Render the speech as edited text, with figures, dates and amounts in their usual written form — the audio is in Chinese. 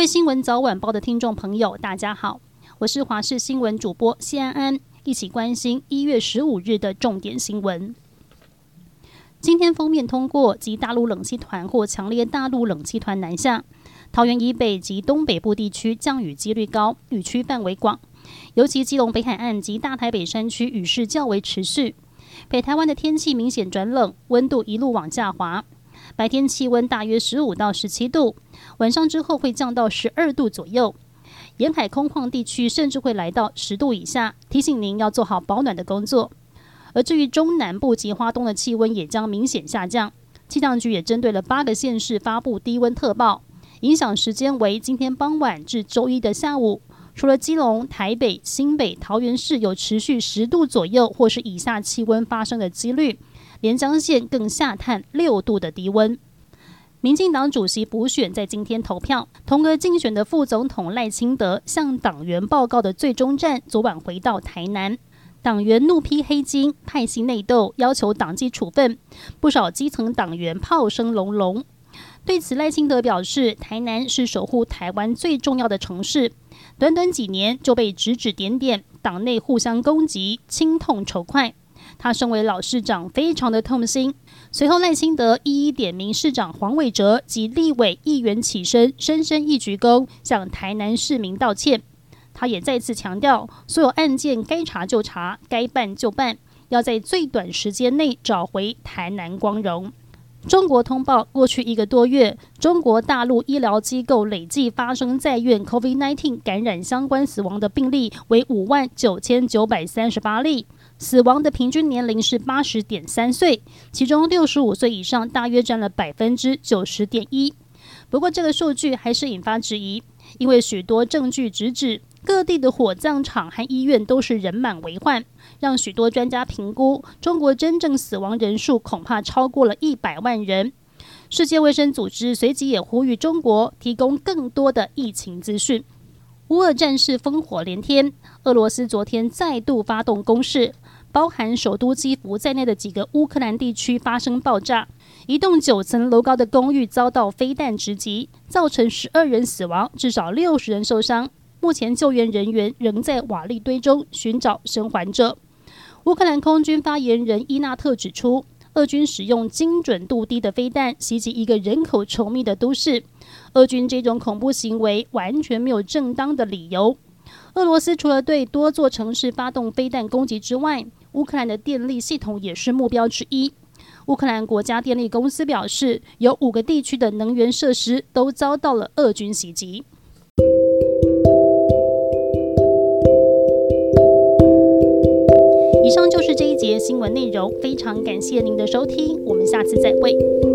位新闻早晚报的听众朋友，大家好，我是华视新闻主播谢安安，一起关心1月15日的重点新闻。今天锋面通过及大陆冷气团或强烈大陆冷气团南下，桃园以北及东北部地区降雨几率高，雨区范围广，尤其基隆北海岸及大台北山区雨势较为持续。北台湾的天气明显转冷，温度一路往下滑。白天气温大约15到17度，晚上之后会降到12度左右。沿海空旷地区甚至会来到10度以下，提醒您要做好保暖的工作。而至于中南部及花东的气温也将明显下降，气象局也针对了8个县市发布低温特报，影响时间为今天傍晚至周一的下午。除了基隆、台北、新北、桃园市有持续10度左右或是以下气温发生的几率，连江县更下探6度的低温。民进党主席补选在今天投票，同个竞选的副总统赖清德向党员报告的最终站昨晚回到台南，党员怒批黑金、派系内斗，要求党纪处分，不少基层党员炮声隆隆。对此，赖清德表示，台南是守护台湾最重要的城市，短短几年就被指指点点，党内互相攻击，心痛仇快。他身为老市长，非常的痛心。随后，赖清德一一点名市长黄伟哲及立委议员起身，深深一鞠躬，向台南市民道歉。他也再次强调，所有案件该查就查，该办就办，要在最短时间内找回台南光荣。中国通报，过去1个多月，中国大陆医疗机构累计发生在院 COVID-19 感染相关死亡的病例为59938例，死亡的平均年龄是80.3岁，其中65岁以上大约占了90.1%。不过这个数据还是引发质疑，因为许多证据直指各地的火葬场和医院都是人满为患，让许多专家评估中国真正死亡人数恐怕超过了100万人。世界卫生组织随即也呼吁中国提供更多的疫情资讯。乌俄战事烽火连天，俄罗斯昨天再度发动攻势，包含首都基辅在内的几个乌克兰地区发生爆炸，一栋9层楼高的公寓遭到飞弹直击，造成12人死亡，至少60人受伤。目前救援人员仍在瓦砾堆中寻找生还者。乌克兰空军发言人伊纳特指出，俄军使用精准度低的飞弹袭击一个人口稠密的都市，俄军这种恐怖行为完全没有正当的理由。俄罗斯除了对多座城市发动飞弹攻击之外，乌克兰的电力系统也是目标之一。乌克兰国家电力公司表示，有5个地区的能源设施都遭到了俄军袭击。以上就是这一节新闻内容，非常感谢您的收听，我们下次再会。